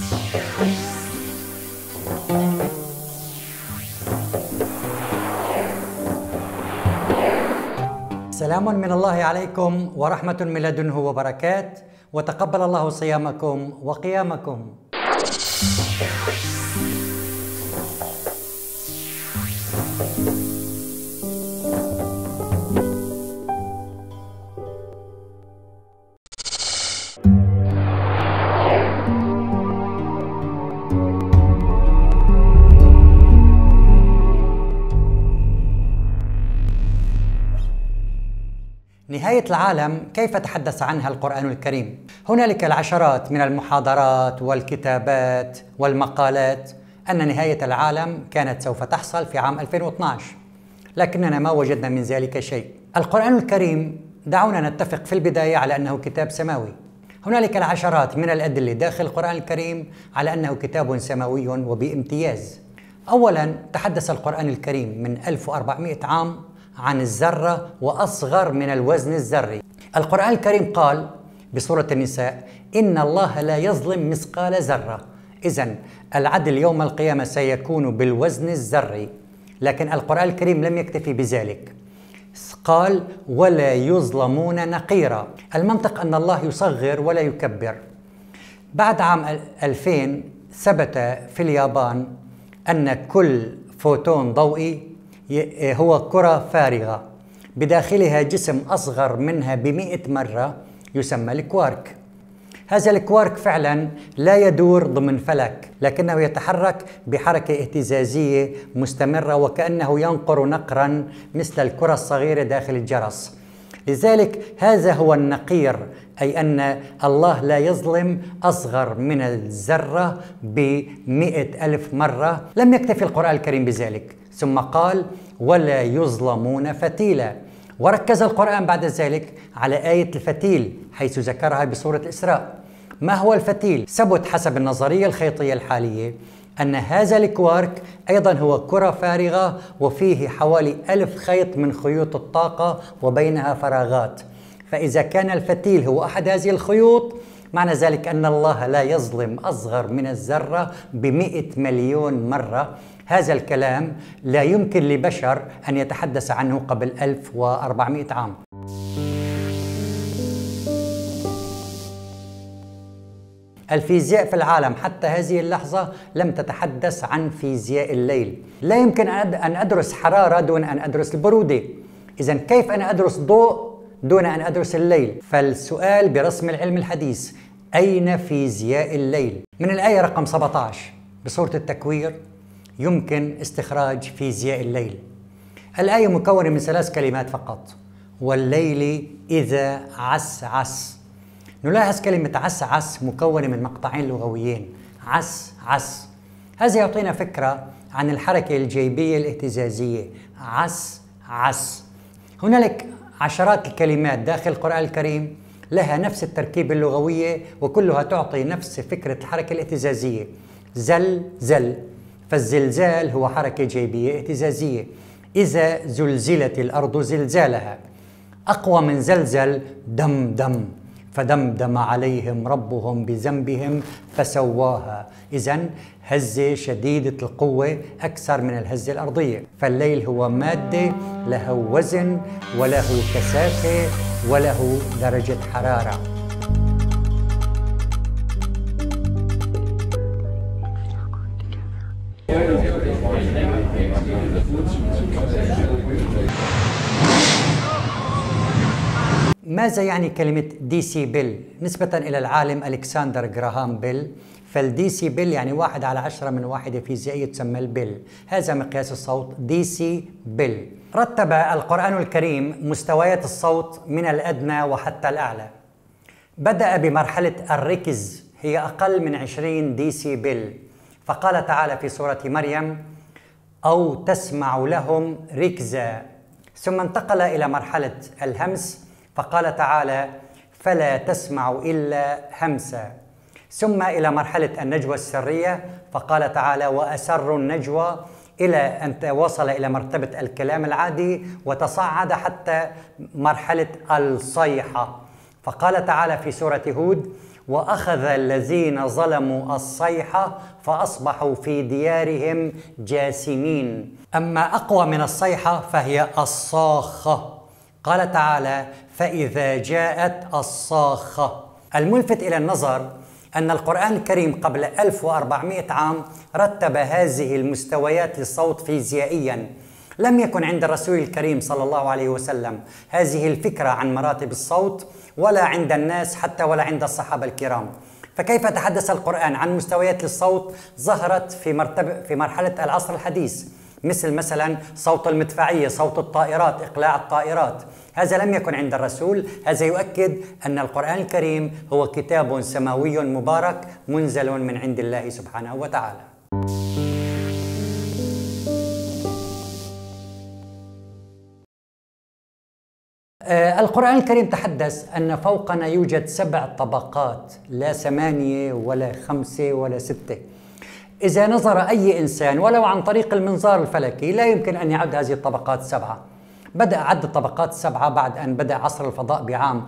سلام من الله عليكم ورحمة من لدنه وبركات، وتقبل الله صيامكم وقيامكم. نهاية العالم كيف تحدث عنها القرآن الكريم؟ هنالك العشرات من المحاضرات والكتابات والمقالات أن نهاية العالم كانت سوف تحصل في عام 2012، لكننا ما وجدنا من ذلك شيء. القرآن الكريم دعونا نتفق في البداية على أنه كتاب سماوي. هنالك العشرات من الأدلة داخل القرآن الكريم على أنه كتاب سماوي وبامتياز. أولاً، تحدث القرآن الكريم من 1400 عام عن الذرة وأصغر من الوزن الذري. القرآن الكريم قال بسورة النساء: إن الله لا يظلم مثقال ذرة. إذن العدل يوم القيامة سيكون بالوزن الذري. لكن القرآن الكريم لم يكتفي بذلك، قال: ولا يظلمون نقيرا. المنطق أن الله يصغر ولا يكبر. بعد عام 2000 ثبت في اليابان أن كل فوتون ضوئي هو كرة فارغة بداخلها جسم أصغر منها ب100 مرة يسمى الكوارك. هذا الكوارك فعلا لا يدور ضمن فلك، لكنه يتحرك بحركة اهتزازية مستمرة وكأنه ينقر نقرا مثل الكرة الصغيرة داخل الجرس. لذلك هذا هو النقير، أي أن الله لا يظلم أصغر من الذرة ب100,000 مرة. لم يكتفي القرآن الكريم بذلك، ثم قال: ولا يظلمون فتيلا. وركز القرآن بعد ذلك على آية الفتيل حيث ذكرها بسورة الإسراء. ما هو الفتيل؟ ثبت حسب النظرية الخيطية الحالية أن هذا الكوارك أيضا هو كرة فارغة وفيه حوالي 1000 خيط من خيوط الطاقة وبينها فراغات. فإذا كان الفتيل هو أحد هذه الخيوط، معنى ذلك أن الله لا يظلم أصغر من الذرة ب100 مليون مرة. هذا الكلام لا يمكن لبشر أن يتحدث عنه قبل 1400 عام. الفيزياء في العالم حتى هذه اللحظة لم تتحدث عن فيزياء الليل. لا يمكن أن أدرس حرارة دون أن أدرس البرودة. إذن كيف أنا أدرس ضوء دون أن أدرس الليل؟ فالسؤال برسم العلم الحديث: أين فيزياء الليل؟ من الآية رقم 17 بسورة التكوير يمكن استخراج فيزياء الليل. الآية مكونة من 3 كلمات فقط: والليل إذا عسعس. نلاحظ كلمة عسعس مكونة من مقطعين لغويين: عس عس. هذا يعطينا فكرة عن الحركة الجيبية الاهتزازية: عس عس. هنالك عشرات الكلمات داخل القرآن الكريم لها نفس التركيبة اللغوية وكلها تعطي نفس فكرة الحركة الاهتزازية: زل زل. فالزلزال هو حركة جيبية اهتزازية. إذا زلزلت الأرض زلزالها. أقوى من زلزل دم دم، فدمدم عليهم ربهم بذنبهم فسواها. إذن هزة شديدة القوة أكثر من الهزة الأرضية. فالليل هو مادة له وزن وله كثافة وله درجة حرارة. ماذا يعني كلمة ديسيبل؟ نسبة إلى العالم ألكسندر غراهام بيل، فالديسيبل يعني 1/10 من واحدة فيزيائية تسمى البل. هذا مقياس الصوت ديسيبل. رتب القرآن الكريم مستويات الصوت من الأدنى وحتى الأعلى. بدأ بمرحلة الركز، هي أقل من 20 ديسيبل. فقال تعالى في سورة مريم: أو تسمع لهم ركزا. ثم انتقل إلى مرحلة الهمس، فقال تعالى: فلا تسمع إلا همسا. ثم إلى مرحلة النجوى السرية، فقال تعالى: وأسروا النجوى، إلى أن وصل إلى مرتبة الكلام العادي وتصعد حتى مرحلة الصيحة. فقال تعالى في سورة هود: وأخذ الذين ظلموا الصيحة فأصبحوا في ديارهم جاثمين. أما أقوى من الصيحة فهي الصاخة. قال تعالى: فإذا جاءت الصاخة. الملفت إلى النظر أن القرآن الكريم قبل 1400 عام رتب هذه المستويات للصوت فيزيائياً. لم يكن عند الرسول الكريم صلى الله عليه وسلم هذه الفكرة عن مراتب الصوت، ولا عند الناس حتى ولا عند الصحابة الكرام. فكيف تحدث القرآن عن مستويات للصوت ظهرت في مرحلة العصر الحديث، مثلا صوت المدفعية، صوت الطائرات، إقلاع الطائرات. هذا لم يكن عند الرسول. هذا يؤكد أن القرآن الكريم هو كتاب سماوي مبارك منزل من عند الله سبحانه وتعالى. القرآن الكريم تحدث أن فوقنا يوجد 7 طبقات، لا 8 ولا 5 ولا 6. إذا نظر أي إنسان ولو عن طريق المنظار الفلكي لا يمكن أن يعد هذه الطبقات 7. بدأ عد الطبقات 7 بعد أن بدأ عصر الفضاء بعام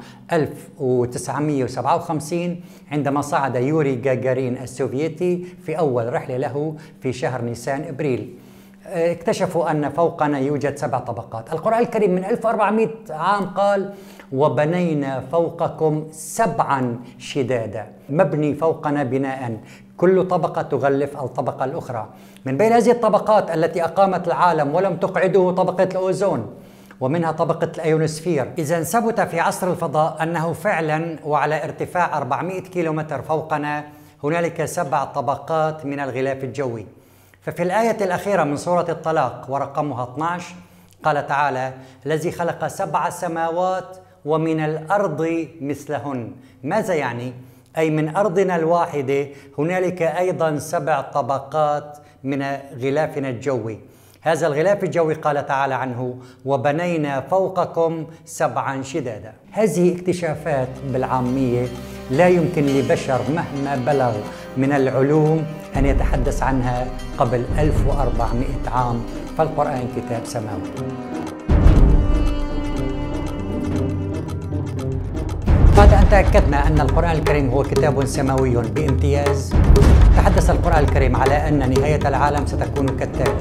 1957 عندما صعد يوري غاغارين السوفيتي في أول رحلة له في شهر نيسان إبريل. اكتشفوا أن فوقنا يوجد 7 طبقات. القرآن الكريم من 1400 عام قال: وبنينا فوقكم 7 شدادا. مبني فوقنا بناء، كل طبقة تغلف الطبقة الأخرى. من بين هذه الطبقات التي أقامت العالم ولم تقعده طبقة الأوزون، ومنها طبقة الأيونوسفير. إذا ثبت في عصر الفضاء أنه فعلا وعلى ارتفاع 400 كيلومتر فوقنا هنالك 7 طبقات من الغلاف الجوي. ففي الآية الأخيرة من سورة الطلاق ورقمها 12 قال تعالى: الذي خلق 7 سماوات ومن الأرض مثلهن. ماذا يعني؟ أي من أرضنا الواحدة هنالك أيضا 7 طبقات من غلافنا الجوي. هذا الغلاف الجوي قال تعالى عنه: وبنينا فوقكم 7 شدادا. هذه اكتشافات بالعامية لا يمكن لبشر مهما بلغ من العلوم أن يتحدث عنها قبل 1400 عام، فالقرآن كتاب سماوي. بعد أن تأكدنا أن القرآن الكريم هو كتاب سماوي بامتياز، تحدث القرآن الكريم على أن نهاية العالم ستكون كالتالي: